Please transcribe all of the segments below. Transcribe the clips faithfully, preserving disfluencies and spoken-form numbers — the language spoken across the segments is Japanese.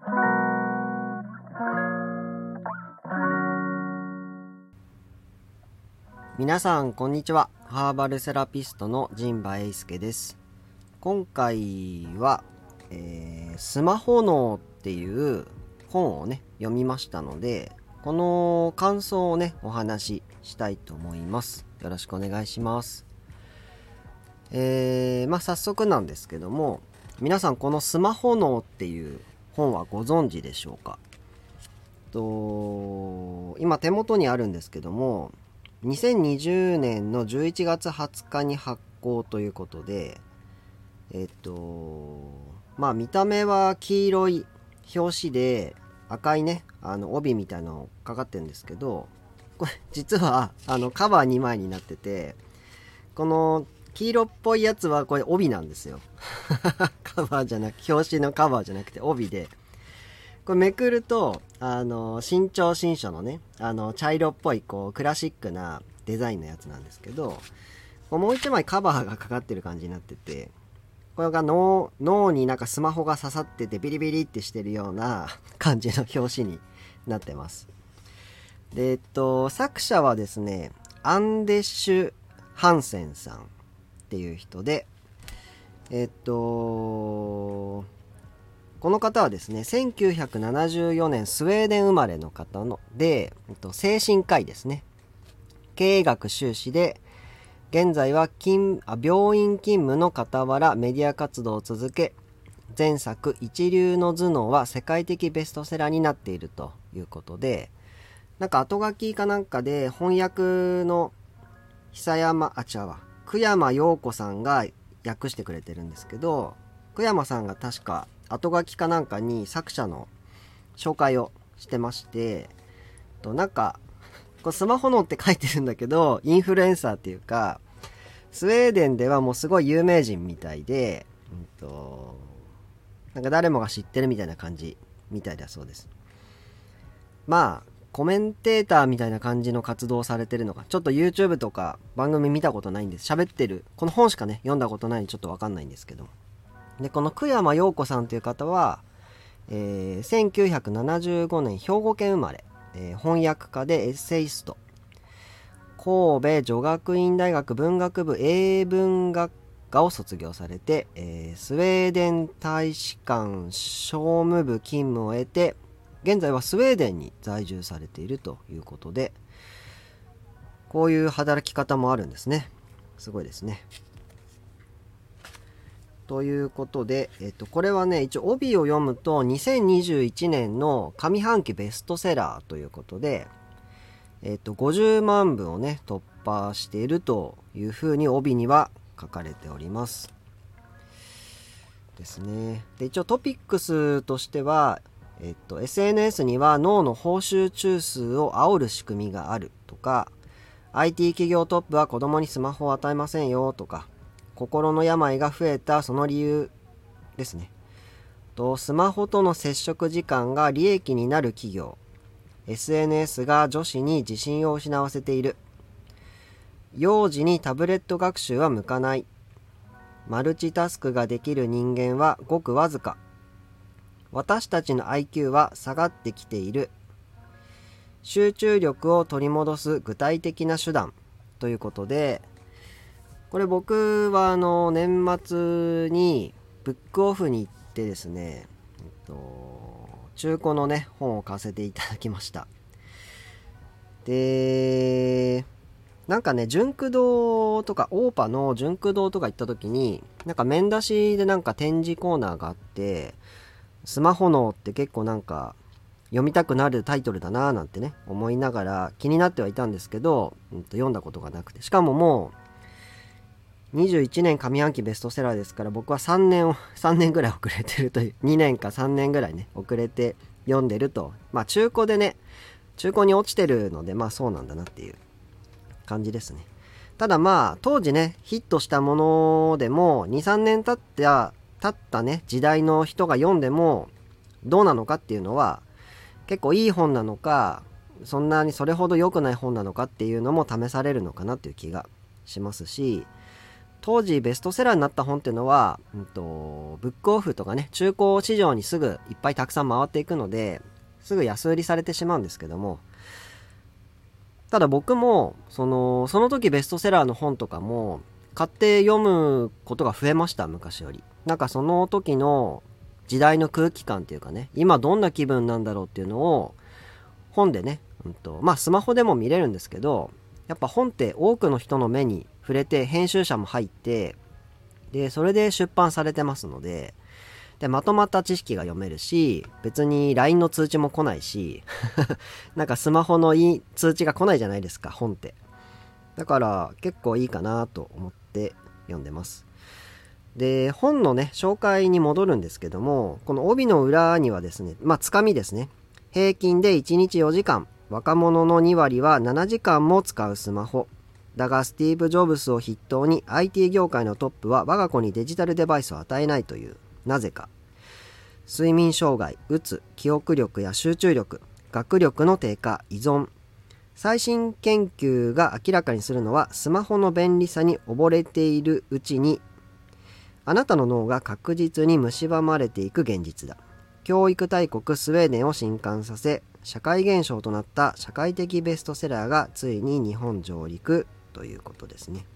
皆さんこんにちは。ハーバルセラピストの陣馬英介です。今回は、えー、スマホ脳っていう本をね読みましたので、この感想をねお話ししたいと思います。よろしくお願いします。えー、まあ早速なんですけども、皆さんこのスマホ脳っていう本はご存知でしょうか？と今手元にあるんですけども、にせんにじゅうねんのじゅういちがつはつかに発行ということで、えっとまあ見た目は黄色い表紙で赤いねあの帯みたいなのかかってるんですけど、これ実はあのカバーにまいになってて、この黄色っぽいやつはこれ帯なんですよカバーじゃなく表紙のカバーじゃなくて帯で、これめくるとあの新潮新書のねあの茶色っぽいこうクラシックなデザインのやつなんですけど、こうもう一枚カバーがかかってる感じになってて、これが脳脳になんかスマホが刺さっててビリビリってしてるような感じの表紙になってます。でえっと作者はですねアンデッシュ・ハンセンさんっていう人で、えっとこの方はですねせんきゅうひゃくななじゅうよねんスウェーデン生まれの方ので、えっと、精神科医ですね。経営学修士で、現在は勤あ病院勤務の傍らメディア活動を続け、前作一流の頭脳は世界的ベストセラーになっているということで、なんか後書きかなんかで翻訳の久山あ違うわ久山陽子さんが訳してくれてるんですけど、久山さんが確か後書きかなんかに作者の紹介をしてまして、となんかこれスマホ脳って書いてるんだけど、インフルエンサーっていうかスウェーデンではもうすごい有名人みたいで、うんとなんか誰もが知ってるみたいな感じみたいだそうです。まあコメンテーターみたいな感じの活動をされてるのか、ちょっと YouTube とか番組見たことないんです。喋ってるこの本しかね読んだことないんでちょっとわかんないんですけど、でこの久山陽子さんという方は、えー、せんきゅうひゃくななじゅうごねん兵庫県生まれ、えー、翻訳家でエッセイスト、神戸女学院大学文学部英文学科を卒業されて、えー、スウェーデン大使館商務部勤務を得て、現在はスウェーデンに在住されているということで、こういう働き方もあるんですね。すごいですね。ということで、えっと、これはね一応帯を読むとにせんにじゅういちねんの上半期ベストセラーということで、えっと、ごじゅうまんぶをね突破しているというふうに帯には書かれておりますですね。で一応トピックスとしては、えっと、エスエヌエス には脳の報酬中枢を煽る仕組みがあるとか、 アイティー 企業トップは子供にスマホを与えませんよとか、心の病が増えたその理由ですねと、スマホとの接触時間が利益になる企業、 エスエヌエス が女子に自信を失わせている、幼児にタブレット学習は向かない、マルチタスクができる人間はごくわずか、私たちの アイキュー は下がってきている、集中力を取り戻す具体的な手段ということで、これ僕はあの年末にブックオフに行ってですね、えっと、中古のね本を買わせていただきました。でなんかね純駆堂とかオーパの純駆堂とか行った時に、なんか面出しでなんか展示コーナーがあって、スマホ脳って結構なんか読みたくなるタイトルだなーなんてね思いながら気になってはいたんですけど、うん、と読んだことがなくて、しかももうにじゅういちねん上半期ベストセラーですから、僕はさんねんをさんねんぐらい遅れてるという、にねんかさんねんぐらいね遅れて読んでると、まあ中古でね中古に落ちてるので、まあそうなんだなっていう感じですね。ただまあ当時ねヒットしたものでもにさんねん経った経ったね時代の人が読んでもどうなのかっていうのは、結構いい本なのかそんなにそれほど良くない本なのかっていうのも試されるのかなっていう気がしますし、 当時ベストセラーになった本っていうのは、うんと、ブックオフとかね、中古市場にすぐいっぱいたくさん回っていくので、すぐ安売りされてしまうんですけども、ただ僕も、その、その時ベストセラーの本とかも、買って読むことが増えました、昔より。なんかその時の時代の空気感っていうかね、今どんな気分なんだろうっていうのを、本でね、うんと、まあスマホでも見れるんですけど、やっぱ本って多くの人の目に触れて編集者も入って、でそれで出版されてますので、でまとまった知識が読めるし、別に ライン の通知も来ないしなんかスマホのいい通知が来ないじゃないですか、本って。だから結構いいかなと思って読んでます。で本のね紹介に戻るんですけども、この帯の裏にはですね、まあつかみですね、平均でいちにちよじかん、若者のにわりはななじかんも使うスマホだが、スティーブ・ジョブスを筆頭に アイティー 業界のトップは我が子にデジタルデバイスを与えないという。なぜか。睡眠障害、うつ、記憶力や集中力、学力の低下、依存。最新研究が明らかにするのは、スマホの便利さに溺れているうちにあなたの脳が確実に蝕まれていく現実だ。教育大国スウェーデンを震撼させ、社会現象となった社会的ベストセラーがついに日本上陸ということですね。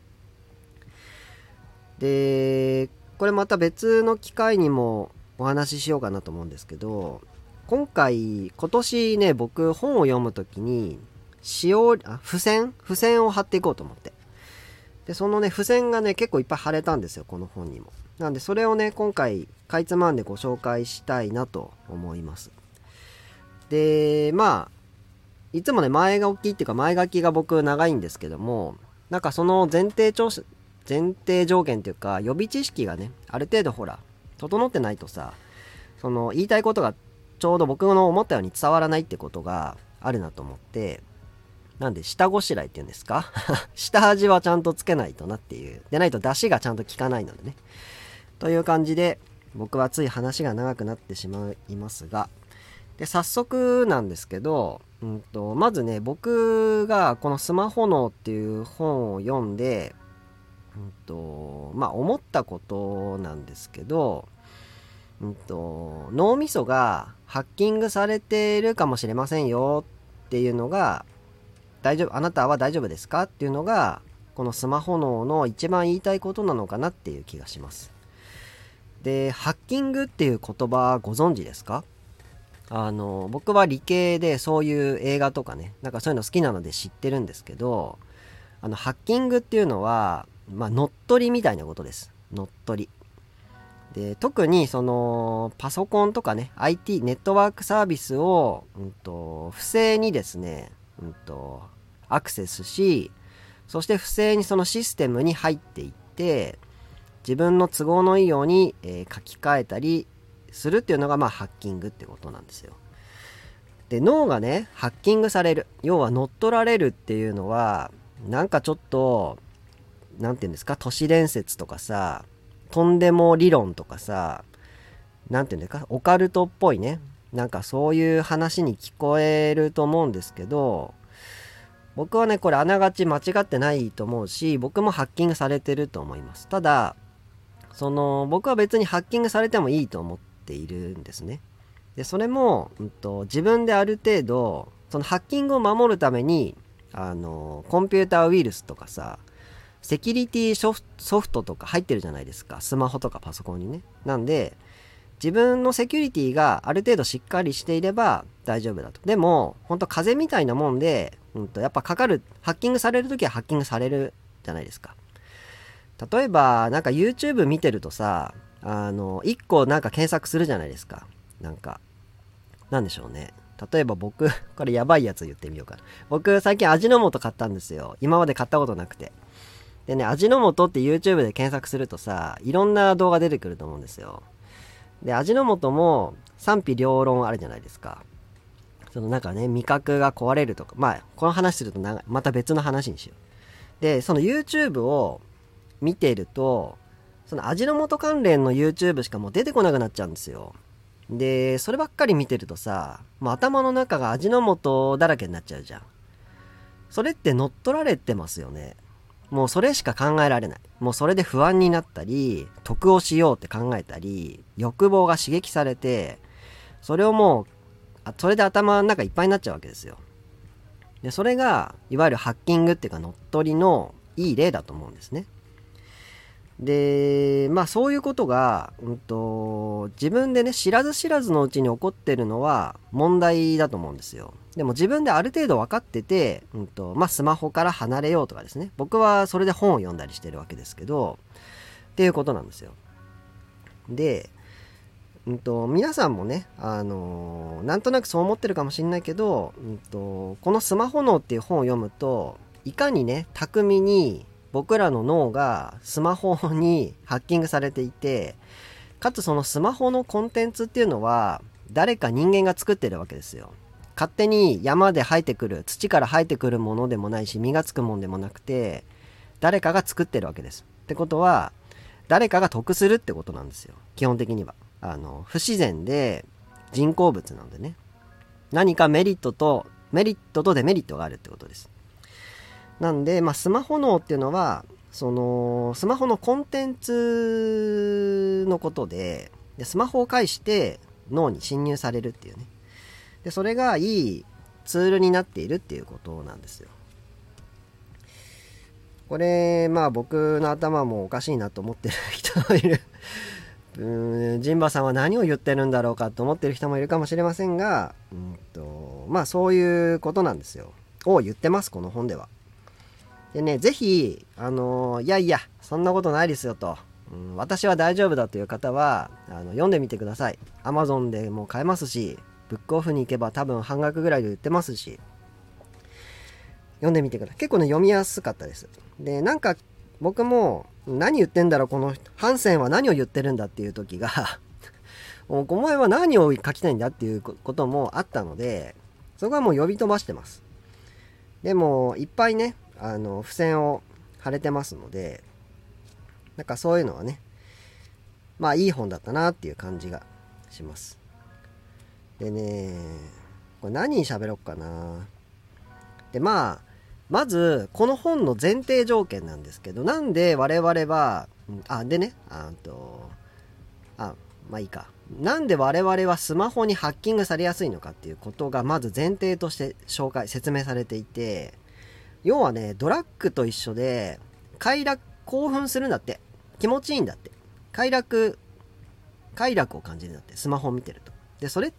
で、これまた別の機会にもお話ししようかなと思うんですけど、今回今年ね、僕本を読むときに使用あ付箋付箋を貼っていこうと思って、でそのね付箋がね結構いっぱい貼れたんですよ、この本にも。なんでそれをね今回かいつまんでご紹介したいなと思います。でまあいつもね前書きっていうか前書きが僕長いんですけども、なんかその前提調子前提条件っていうか予備知識がねある程度ほら整ってないとさ、その言いたいことがちょうど僕の思ったように伝わらないってことがあるなと思って、なんで下ごしらえっていうんですか下味はちゃんとつけないとなっていう、でないと出汁がちゃんと効かないのでね、という感じで僕はつい話が長くなってしまいますが、で早速なんですけど、うんとまずね僕がこのスマホ脳っていう本を読んで、うんとまあ思ったことなんですけど、うんと脳みそがハッキングされているかもしれませんよっていうのが、大丈夫、あなたは大丈夫ですかっていうのがこのスマホ脳の一番言いたいことなのかなっていう気がします。でハッキングっていう言葉ご存知ですか？あの僕は理系でそういう映画とかね、なんかそういうの好きなので知ってるんですけど、あのハッキングっていうのはまあ乗っ取りみたいなことです。乗っ取りで、特にそのパソコンとかね アイティー ネットワークサービスを、うんと、不正にですね、うんと、アクセスし、そして不正にそのシステムに入っていって自分の都合のいいように、えー書き換えたりするっていうのがまあハッキングってことなんですよ。で脳がねハッキングされる、要は乗っ取られるっていうのはなんかちょっとなんていうんですか、都市伝説とかさ、とんでも理論とかさ、なんていうんですか、オカルトっぽいね、なんかそういう話に聞こえると思うんですけど、僕はねこれあながち間違ってないと思うし、僕もハッキングされてると思います。ただその僕は別にハッキングされてもいいと思っているんですね。でそれも、うんと、自分である程度そのハッキングを守るためにあのコンピューターウイルスとかさ、セキュリティソフソフトとか入ってるじゃないですか、スマホとかパソコンにね。なんで自分のセキュリティがある程度しっかりしていれば大丈夫だと。でも本当風邪みたいなもんで、うんと、やっぱかかる、ハッキングされるときはハッキングされるじゃないですか。例えばなんか YouTube 見てるとさ、あのいっこなんか検索するじゃないですか。なんかなんでしょうね、例えば僕これやばいやつ言ってみようかな。僕最近味の素買ったんですよ。今まで買ったことなくて。でね、味の素って YouTube で検索するとさ、いろんな動画出てくると思うんですよ。で味の素も賛否両論あるじゃないですか。そのなんかね、味覚が壊れるとか、まあこの話するとなまた別の話にしよう。でその YouTube を見てると、その味の素関連の YouTube しかもう出てこなくなっちゃうんですよ。でそればっかり見てるとさ、もう頭の中が味の素だらけになっちゃうじゃん。それって乗っ取られてますよね。 もうそれしか考えられない。もうそれで不安になったり、得をしようって考えたり、欲望が刺激されて、それをもう、あそれで頭の中いっぱいになっちゃうわけですよ。で、それが、いわゆるハッキングっていうか乗っ取りのいい例だと思うんですね。で、まあそういうことが、うんと、自分でね、知らず知らずのうちに起こってるのは問題だと思うんですよ。でも自分である程度分かってて、うんと、まあスマホから離れようとかですね。僕はそれで本を読んだりしてるわけですけど、っていうことなんですよ。で、うんと、皆さんもね、あのーなんとなくそう思ってるかもしれないけど、うんと、このスマホ脳っていう本を読むと、いかにね、巧みに僕らの脳がスマホにハッキングされていて、かつそのスマホのコンテンツっていうのは誰か人間が作ってるわけですよ。勝手に山で生えてくる、土から生えてくるものでもないし、実がつくもんでもなくて、誰かが作ってるわけです。ってことは、誰かが得するってことなんですよ。基本的には。あの、不自然で人工物なのでね。何かメリットと、メリットとデメリットがあるってことです。なんで、まあ、スマホ脳っていうのは、その、スマホのコンテンツのことで、でスマホを介して脳に侵入されるっていうね。で、それがいいツールになっているっていうことなんですよ。これ、まあ僕の頭もおかしいなと思ってる人もいる。うーん、ジンバさんは何を言ってるんだろうかと思ってる人もいるかもしれませんが、うんと、まあそういうことなんですよ。を言ってます、この本では。でね、ぜひ、あのー、いやいや、そんなことないですよと、うん、私は大丈夫だという方は、あの、読んでみてください。Amazon でも買えますし、ブックオフに行けば多分半額ぐらいで売ってますし、読んでみてください。結構ね、読みやすかったです。で、なんか、僕も、何言ってんだろう、この、ハンセンは何を言ってるんだっていう時が、お前は何を書きたいんだっていうこともあったので、そこはもう呼び飛ばしてます。でも、いっぱいね、あの付箋を貼れてますので、なんかそういうのはね、まあいい本だったなっていう感じがします。でね、これ何に喋ろうかな。で、まあまずこの本の前提条件なんですけど、なんで我々は、あ、でね、あと、あ、まあいいか。なんで我々はスマホにハッキングされやすいのかっていうことがまず前提として紹介、説明されていて、要はね、ドラッグと一緒で、快楽、興奮するんだって。気持ちいいんだって。快楽、快楽を感じるんだって。スマホを見てると。で、それって、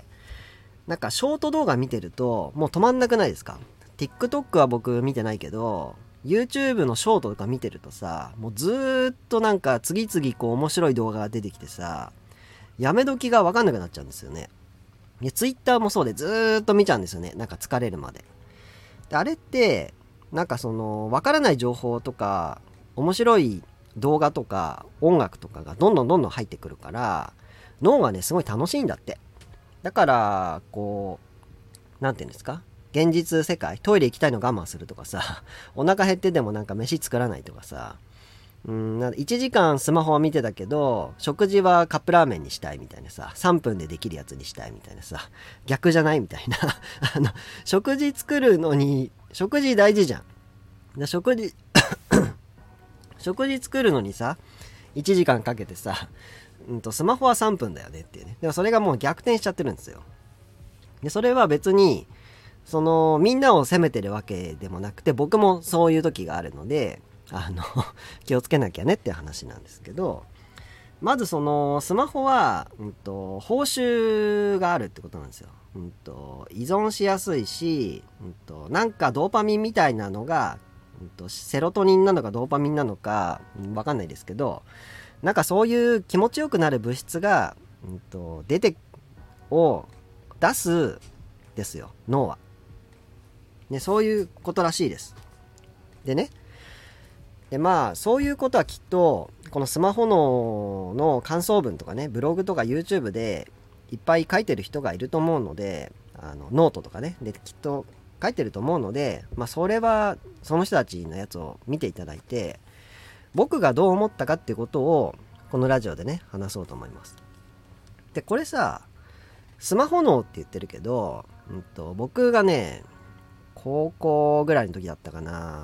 なんかショート動画見てると、もう止まんなくないですか？ TikTok は僕見てないけど、YouTube のショートとか見てるとさ、もうずーっとなんか次々こう面白い動画が出てきてさ、やめ時がわかんなくなっちゃうんですよね。で、Twitter もそうでずーっと見ちゃうんですよね。なんか疲れるまで。で、あれってなんかそのわからない情報とか面白い動画とか音楽とかがどんどんどんどん入ってくるから、脳がねすごい楽しいんだって。だからこうなんていうんですか、現実世界、トイレ行きたいの我慢するとかさ、お腹減ってでもなんか飯作らないとかさ、うん、なんかいちじかんスマホを見てたけど食事はカップラーメンにしたいみたいなさ、さんぷんでできるやつにしたいみたいなさ、逆じゃないみたいなあの食事作るのに、食事大事じゃん。食事食事作るのにさいちじかんかけてさ、うんとスマホはさんぷんだよねっていうね。でもそれがもう逆転しちゃってるんですよ。でそれは別にそのみんなを責めてるわけでもなくて、僕もそういう時があるので、あの気をつけなきゃねって話なんですけど、まずそのスマホは、うん、と報酬があるってことなんですよ。うん、と依存しやすいし、うん、となんかドーパミンみたいなのが、うん、とセロトニンなのかドーパミンなのか、うん、わかんないですけど、なんかそういう気持ちよくなる物質が、うん、と出てを出すですよ、脳は。ね、そういうことらしいです。でね、でまあそういうことはきっとこのスマホのの感想文とかね、ブログとか YouTube でいっぱい書いてる人がいると思うので、あのノートとかねできっと書いてると思うので、まあそれはその人たちのやつを見ていただいて、僕がどう思ったかっていうことをこのラジオでね話そうと思います。でこれさ、スマホ脳って言ってるけど、うんと僕がね高校ぐらいの時だったかな、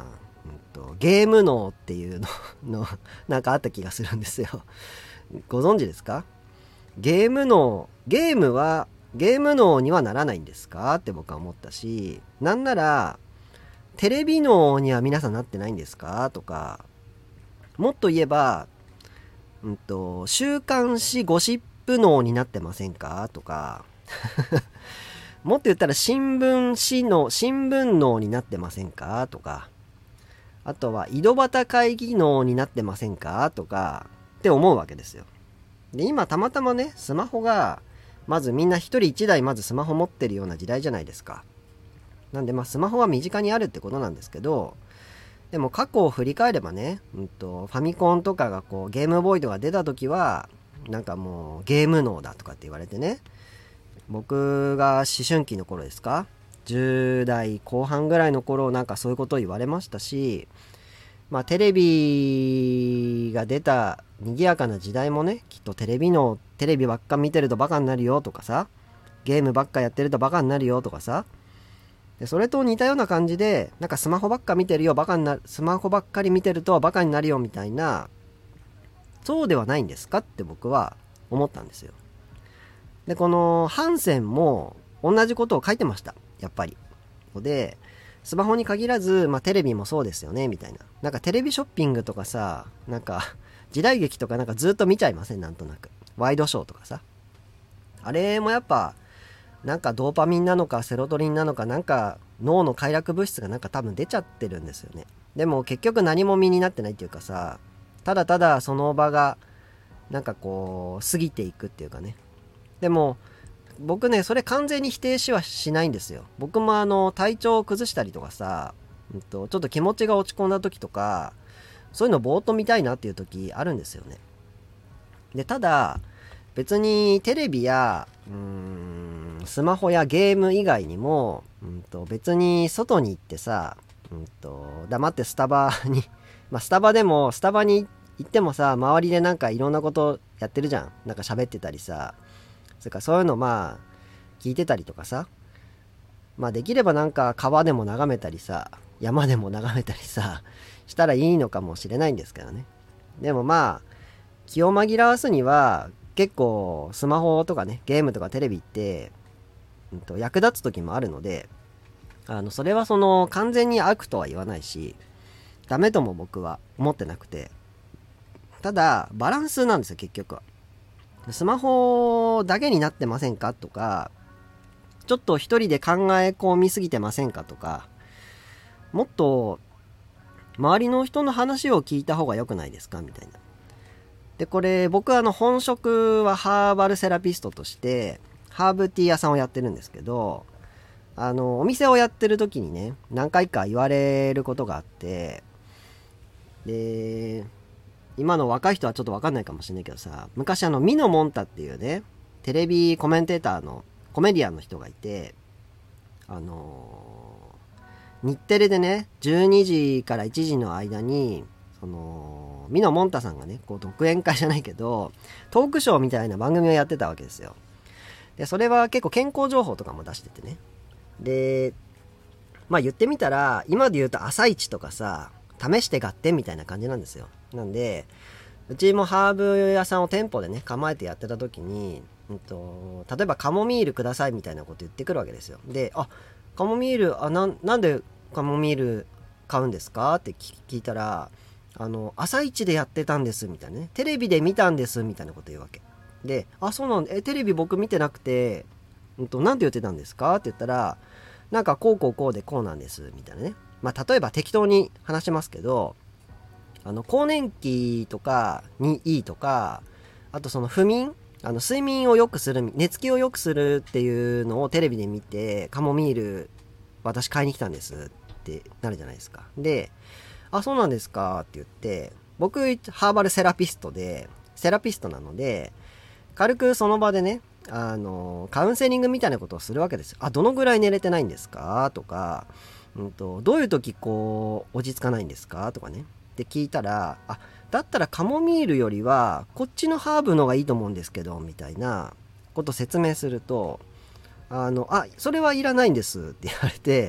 うんと、ゲーム脳っていうののなんかあった気がするんですよ。ご存知ですか？ゲーム脳、ゲームはゲーム脳にはならないんですかって僕は思ったし、なんならテレビ脳には皆さんなってないんですかとか、もっと言えば、うんと、週刊誌ゴシップ脳になってませんかとかもっと言ったら新聞紙の新聞脳になってませんかとか、あとは井戸端会議脳になってませんかとかって思うわけですよ。で、今たまたまね、スマホがまずみんな一人一台まずスマホ持ってるような時代じゃないですか。なんでまあスマホは身近にあるってことなんですけど、でも過去を振り返ればね、うんと、ファミコンとかがこうゲームボーイとか出た時はなんかもうゲーム脳だとかって言われてね、僕が思春期の頃ですか、じゅう代後半ぐらいの頃なんかそういうことを言われましたし、まあテレビが出た賑やかな時代もね、きっとテレビのテレビばっか見てるとバカになるよとかさ、ゲームばっかやってるとバカになるよとかさ、でそれと似たような感じで、なんかスマホばっか見てるよバカになる、スマホばっかり見てるとバカになるよみたいな、そうではないんですかって僕は思ったんですよ。で、このハンセンも同じことを書いてました。やっぱり。で、スマホに限らず、まあテレビもそうですよね、みたいな。なんかテレビショッピングとかさ、なんか時代劇とかなんかずっと見ちゃいません？なんとなく。ワイドショーとかさ。あれもやっぱ、なんかドーパミンなのかセロトニンなのか、なんか脳の快楽物質がなんか多分出ちゃってるんですよね。でも結局何も身になってないっていうかさ、ただただその場がなんかこう過ぎていくっていうかね。でも僕ね、それ完全に否定しはしないんですよ。僕もあの体調を崩したりとかさ、うんと、ちょっと気持ちが落ち込んだ時とか、そういうのぼーっと見たいなっていう時あるんですよね。で、ただ別にテレビやうーんスマホやゲーム以外にも、うんと、別に外に行ってさ、うんと、黙ってスタバにまあスタバでもスタバに行ってもさ、周りでなんかいろんなことやってるじゃん。なんか喋ってたりさ、それからそういうのまあ聞いてたりとかさ、まあできればなんか川でも眺めたりさ、山でも眺めたりさしたらいいのかもしれないんですけどね。でもまあ気を紛らわすには結構スマホとかね、ゲームとかテレビって、うん、と役立つ時もあるので、あのそれはその完全に悪とは言わないし、ダメとも僕は思ってなくて、ただバランスなんですよ結局は。スマホだけになってませんかとか、ちょっと一人で考え込みすぎてませんかとか、もっと周りの人の話を聞いた方が良くないですかみたいな。で、これ僕はあの本職はハーバルセラピストとしてハーブティー屋さんをやってるんですけど、あのお店をやってる時にね、何回か言われることがあって、で今の若い人はちょっと分かんないかもしれないけどさ、昔あのミノモンタっていうね、テレビコメンテーターのコメディアンの人がいて、あのー、日テレでねじゅうにじからいちじの間に、そのミノモンタさんがね、こう独演会じゃないけどトークショーみたいな番組をやってたわけですよ。でそれは結構健康情報とかも出しててね、でまあ言ってみたら今で言うと朝一とかさ、試して合点みたいな感じなんですよ。なんでうちもハーブ屋さんを店舗でね構えてやってた時に、うんと、例えばカモミールくださいみたいなこと言ってくるわけですよ。で、あ、カモミール、あ、な、なんでカモミール買うんですかって聞いたら、あの朝一でやってたんですみたいなね、テレビで見たんですみたいなこと言うわけで、あ、そうなんえテレビ僕見てなくて、うんと、なんて言ってたんですかって言ったら、なんかこうこうこうでこうなんですみたいなね。まあ例えば適当に話しますけど、あの更年期とかにいいとか、あとその不眠、あの睡眠を良くする、寝つきを良くするっていうのをテレビで見て、カモミール私買いに来たんですってなるじゃないですか。で、あ、そうなんですかって言って、僕ハーバルセラピストでセラピストなので、軽くその場でね、あのカウンセリングみたいなことをするわけですよ。あ、どのぐらい寝れてないんですかとか、うんと、どういう時こう落ち着かないんですかとかねって聞いたら、あ、だったらカモミールよりはこっちのハーブの方がいいと思うんですけどみたいなことを説明すると、あのあそれはいらないんですって言われて、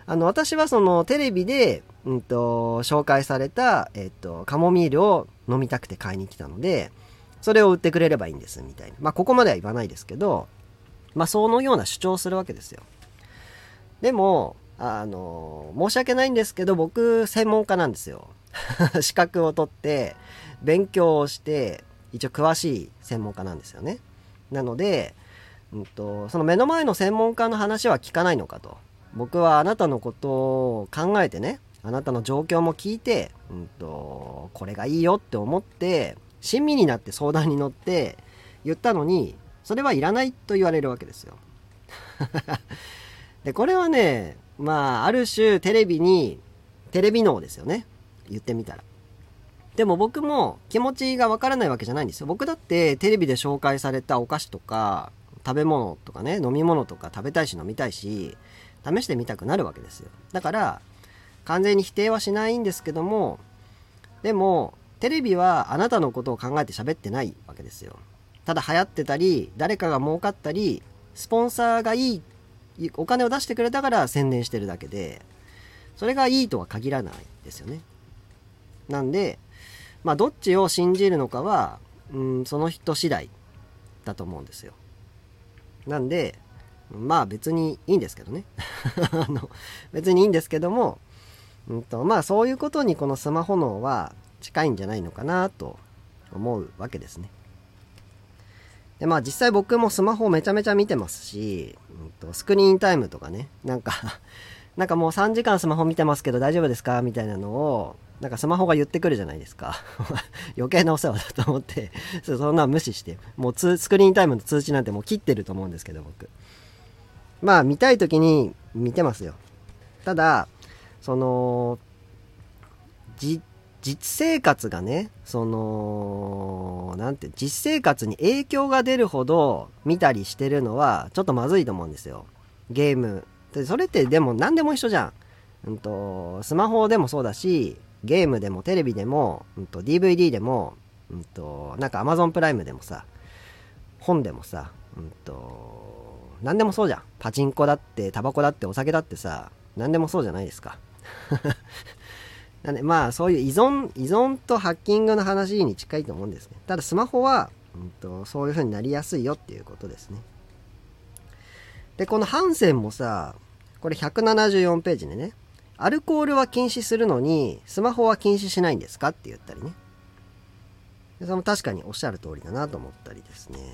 あの私はそのテレビで、うん、と紹介された、えっと、カモミールを飲みたくて買いに来たので、それを売ってくれればいいんですみたいな、まあここまでは言わないですけど、まあそのような主張をするわけですよ。でもあの申し訳ないんですけど、僕専門家なんですよ。資格を取って勉強をして一応詳しい専門家なんですよね。なので、うんと、その目の前の専門家の話は聞かないのかと。僕はあなたのことを考えてね、あなたの状況も聞いて、うんと、これがいいよって思って親身になって相談に乗って言ったのに、それはいらないと言われるわけですよ。でこれはね、まあある種テレビにテレビ脳ですよね、言ってみたら。でも僕も気持ちがわからないわけじゃないんですよ。僕だってテレビで紹介されたお菓子とか食べ物とかね、飲み物とか食べたいし飲みたいし、試してみたくなるわけですよ。だから完全に否定はしないんですけども、でもテレビはあなたのことを考えて喋ってないわけですよ。ただ流行ってたり、誰かが儲かったり、スポンサーがいいお金を出してくれたから宣伝してるだけで、それがいいとは限らないですよね。なんでまあどっちを信じるのかは、うん、その人次第だと思うんですよ。なんでまあ別にいいんですけどね。あの別にいいんですけども、うんとまあそういうことにこのスマホ脳は近いんじゃないのかなと思うわけですね。でまあ実際僕もスマホをめちゃめちゃ見てますし、うんとスクリーンタイムとかね、なんかなんかもうさんじかんスマホ見てますけど大丈夫ですかみたいなのをなんかスマホが言ってくるじゃないですか。余計なお世話だと思ってそんな無視して、もうスクリーンタイムの通知なんてもう切ってると思うんですけど、僕まあ見たい時に見てますよ。ただそのじ実生活がね、そのなんて実生活に影響が出るほど見たりしてるのはちょっとまずいと思うんですよ。ゲームでそれってでも何でも一緒じゃん。うんとスマホでもそうだし、ゲームでもテレビでも、うん、と ディーブイディー でも、うん、となんか Amazon プライムでもさ、本でもさ、うんと何でもそうじゃん。パチンコだってタバコだってお酒だってさ、何でもそうじゃないですか。なんでまあそういう依存依存とハッキングの話に近いと思うんですね。ただスマホは、うん、とそういう風になりやすいよっていうことですね。でこのハンセンもさ、これひゃくななじゅうよんページでね、アルコールは禁止するのにスマホは禁止しないんですかって言ったりね。でその確かにおっしゃる通りだなと思ったりですね。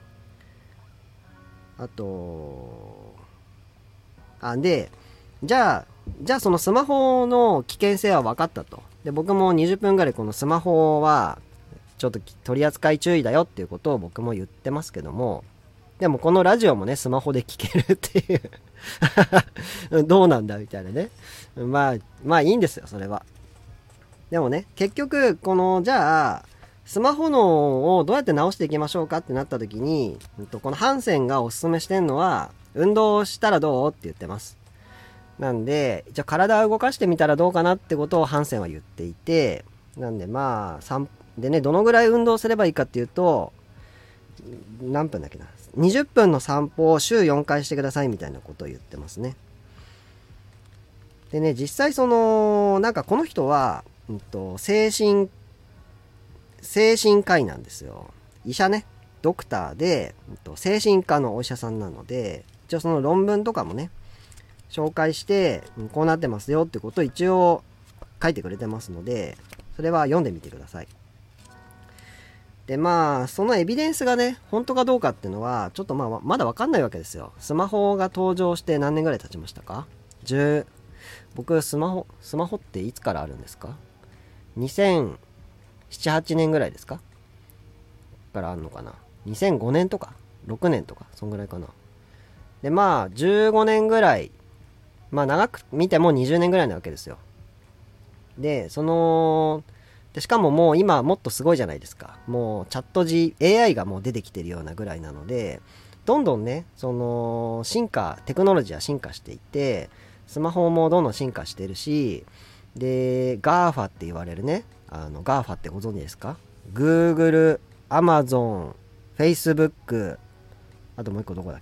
あとあでじゃあじゃあそのスマホの危険性は分かったと。で僕もにじゅっぷんぐらいこのスマホはちょっと取り扱い注意だよっていうことを僕も言ってますけども、でもこのラジオもねスマホで聞けるっていうどうなんだみたいなね。まあまあいいんですよそれは。でもね結局このじゃあスマホ脳をどうやって直していきましょうかってなった時に、このハンセンがおすすめしてるのは運動したらどうって言ってます。なんでじゃあ体を動かしてみたらどうかなってことをハンセンは言っていて、なんでまあ散でね、どのぐらい運動すればいいかっていうと、何分だっけな、にじゅっぷんの散歩を週よんかいしてくださいみたいなことを言ってますね。でね実際そのなんかこの人は、うんと、精神精神科医なんですよ。医者ね、ドクターで、うんと、精神科のお医者さんなので、一応その論文とかもね紹介して、うん、こうなってますよってことを一応書いてくれてますので、それは読んでみてください。でまあそのエビデンスがね本当かどうかっていうのはちょっとまあまだ分かんないわけですよ。スマホが登場して何年ぐらい経ちましたか。じゅう僕スマホスマホっていつからあるんですか。にせんなな、はちねんぐらいですかからあるのかな。にせんごねんとかろくねんとかそんぐらいかな。でまあじゅうごねんぐらい、まあ長く見てもにじゅうねんぐらいなわけですよ。でそのでしかももう今もっとすごいじゃないですか。もうチャット G、エーアイ がもう出てきてるようなぐらいなので、どんどんねその進化、テクノロジーは進化していて、スマホもどんどん進化してるし、で ガーファ って言われるね、あの ガーファ ってご存知ですか。 Google、Amazon、Facebook、あともう一個どこだっけ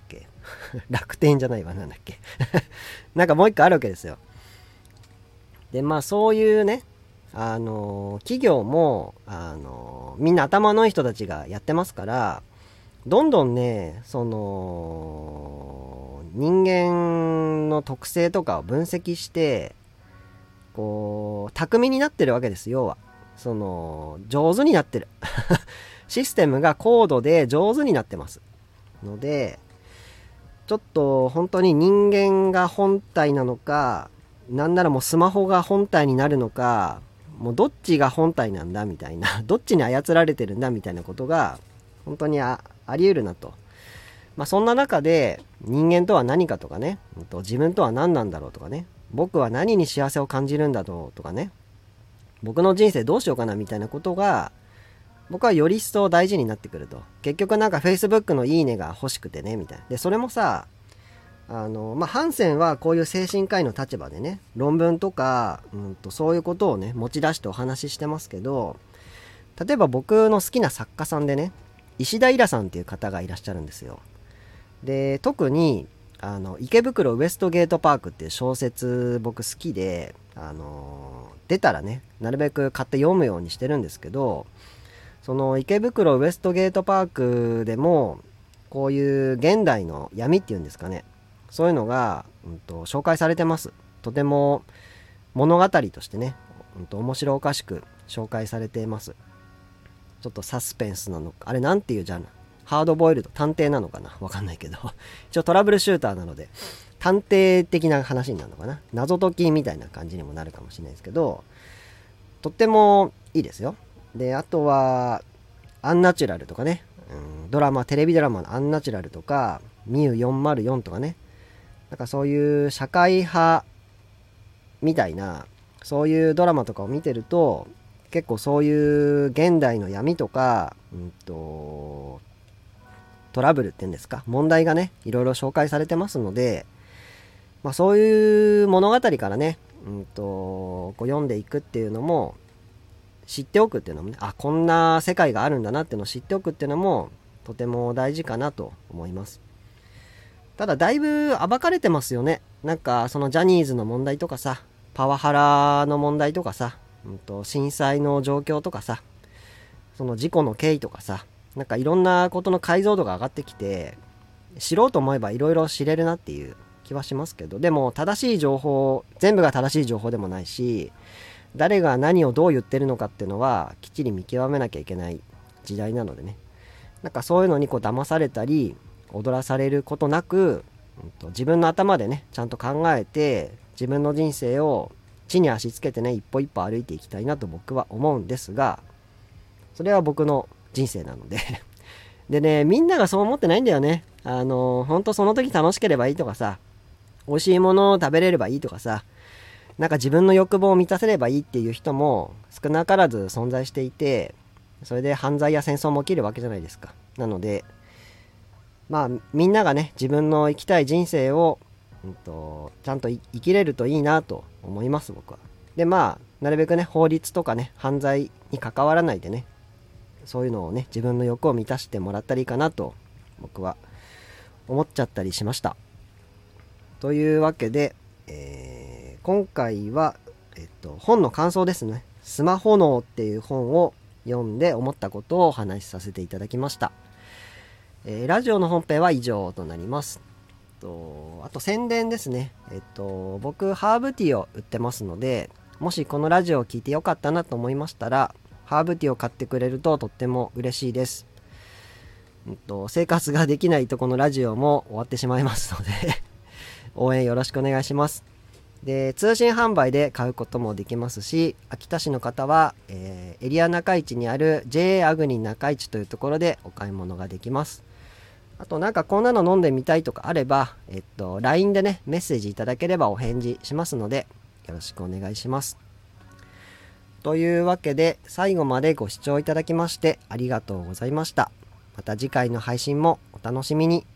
楽天じゃないわ、なんだっけなんかもう一個あるわけですよ。でまあそういうね、あの企業も、あのみんな頭のいい人たちがやってますから、どんどんね、その人間の特性とかを分析してこう巧みになってるわけです。要はその上手になってるシステムが高度で上手になってますので、ちょっと本当に人間が本体なのか、なんならもうスマホが本体になるのか、もうどっちが本体なんだみたいな、どっちに操られてるんだみたいなことが本当に あ, あり得るなと。まあそんな中で人間とは何かとかね、自分とは何なんだろうとかね、僕は何に幸せを感じるんだろうとかね、僕の人生どうしようかなみたいなことが僕はより一層大事になってくると。結局なんか Facebook のいいねが欲しくてねみたいな。でそれもさ、あのまあハンセンはこういう精神科医の立場でね、論文とか、うんとそういうことをね持ち出してお話ししてますけど、例えば僕の好きな作家さんでね、石田イラさんっていう方がいらっしゃるんですよ。で特にあの池袋ウエストゲートパークっていう小説僕好きで、あの出たらねなるべく買って読むようにしてるんですけど、その池袋ウエストゲートパークでもこういう現代の闇っていうんですかね、そういうのが、うんと、紹介されてます。とても物語としてね、うんと、面白おかしく紹介されています。ちょっとサスペンスなのか、あれなんていうジャンル、ハードボイルド、探偵なのかな、わかんないけど一応トラブルシューターなので探偵的な話になるのかな、謎解きみたいな感じにもなるかもしれないですけど、とってもいいですよ。であとはアンナチュラルとかね、うん、ドラマ、テレビドラマのアンナチュラルとかミューよんまるよんとかね、なんかそういう社会派みたいなそういうドラマとかを見てると、結構そういう現代の闇とか、うんとトラブルっていうんですか、問題がねいろいろ紹介されてますので、まあ、そういう物語からね、うんとこう読んでいくっていうのも、知っておくっていうのもね、あ、こんな世界があるんだなっていうのを知っておくっていうのもとても大事かなと思います。ただだいぶ暴かれてますよね。なんかそのジャニーズの問題とかさ、パワハラの問題とかさ、うんと震災の状況とかさ、その事故の経緯とかさ、なんかいろんなことの解像度が上がってきて、知ろうと思えばいろいろ知れるなっていう気はしますけど、でも正しい情報、全部が正しい情報でもないし、誰が何をどう言ってるのかっていうのはきっちり見極めなきゃいけない時代なのでね、なんかそういうのにこう騙されたり踊らされることなく、うんと自分の頭でねちゃんと考えて自分の人生を地に足つけてね一歩一歩歩いていきたいなと僕は思うんですが、それは僕の人生なのででね、みんながそう思ってないんだよね。あの本当その時楽しければいいとかさ、美味しいものを食べれればいいとかさ、なんか自分の欲望を満たせればいいっていう人も少なからず存在していて、それで犯罪や戦争も起きるわけじゃないですか。なのでまあみんながね自分の生きたい人生を、うん、とちゃんと生きれるといいなと思います、僕は。でまあなるべくね法律とかね犯罪に関わらないでね、そういうのをね自分の欲を満たしてもらったらいいかなと僕は思っちゃったりしました。というわけで、えー今回は、えっと、本の感想ですね。スマホ脳っていう本を読んで思ったことをお話しさせていただきました。えー、ラジオの本編は以上となります。とあと宣伝ですね。えっと僕ハーブティーを売ってますので、もしこのラジオを聞いてよかったなと思いましたら、ハーブティーを買ってくれるととっても嬉しいです。えっと生活ができないとこのラジオも終わってしまいますので応援よろしくお願いします。で通信販売で買うこともできますし、秋田市の方は、えー、エリア中市にある ジェーエー アグニ中市というところでお買い物ができます。あとなんかこんなの飲んでみたいとかあれば、えっと ライン でねメッセージいただければお返事しますのでよろしくお願いします。というわけで最後までご視聴いただきましてありがとうございました。また次回の配信もお楽しみに。